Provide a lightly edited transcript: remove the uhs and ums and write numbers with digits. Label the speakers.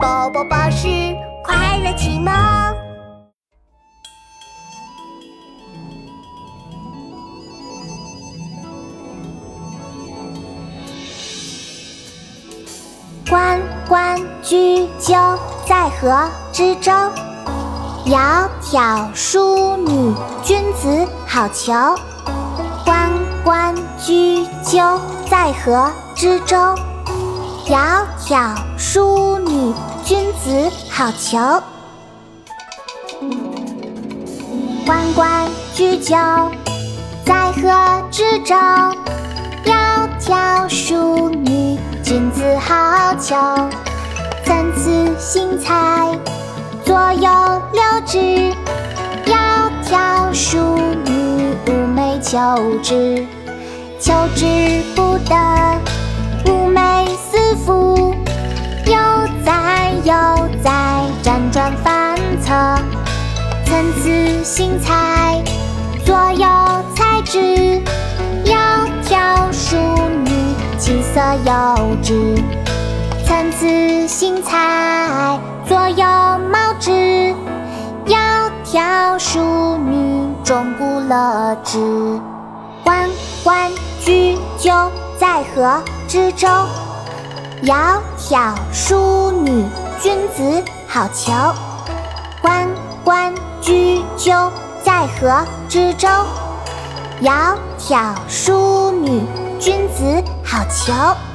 Speaker 1: 宝宝巴士快乐启蒙。关关雎鸠，在河之洲。窈窕淑女，君子好逑。关关雎鸠，在河之洲。窈窕淑女，君子好逑。关关雎鸠，在河之洲。窈窕淑女，君子好逑。参差荇菜，左右流之。窈窕淑女，寤寐求之。求之不得，寤寐思服。悠哉悠哉，辗转反侧。参差荇菜，左右猜之。窈窕淑女，其色有之。参差荇菜，左右芼之。窈窕淑女，钟鼓乐之。关关雎鸠，在河之洲。窈窕淑女，君子好逑。关关雎鸠，在河之洲。窈窕淑女，君子好逑。